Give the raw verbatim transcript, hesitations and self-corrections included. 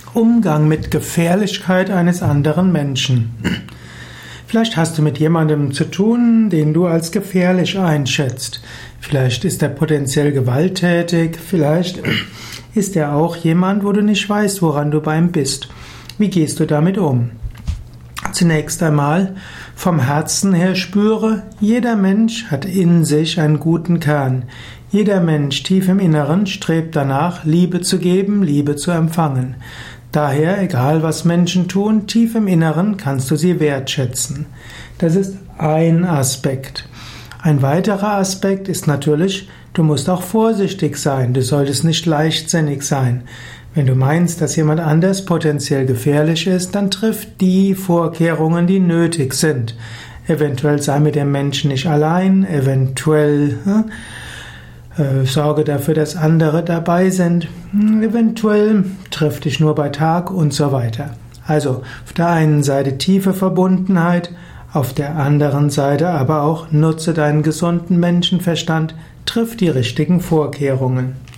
Umgang mit Gefährlichkeit eines anderen Menschen. Vielleicht hast du mit jemandem zu tun, den du als gefährlich einschätzt. Vielleicht ist er potenziell gewalttätig, vielleicht ist er auch jemand, wo du nicht weißt, woran du bei ihm bist. Wie gehst du damit um? Zunächst einmal vom Herzen her spüre, jeder Mensch hat in sich einen guten Kern. Jeder Mensch tief im Inneren strebt danach, Liebe zu geben, Liebe zu empfangen. Daher, egal was Menschen tun, tief im Inneren kannst du sie wertschätzen. Das ist ein Aspekt. Ein weiterer Aspekt ist natürlich, du musst auch vorsichtig sein, du solltest nicht leichtsinnig sein. Wenn du meinst, dass jemand anders potenziell gefährlich ist, dann triff die Vorkehrungen, die nötig sind. Eventuell sei mit dem Menschen nicht allein, eventuell äh, sorge dafür, dass andere dabei sind, eventuell triff dich nur bei Tag und so weiter. Also auf der einen Seite tiefe Verbundenheit, auf der anderen Seite aber auch nutze deinen gesunden Menschenverstand, triff die richtigen Vorkehrungen.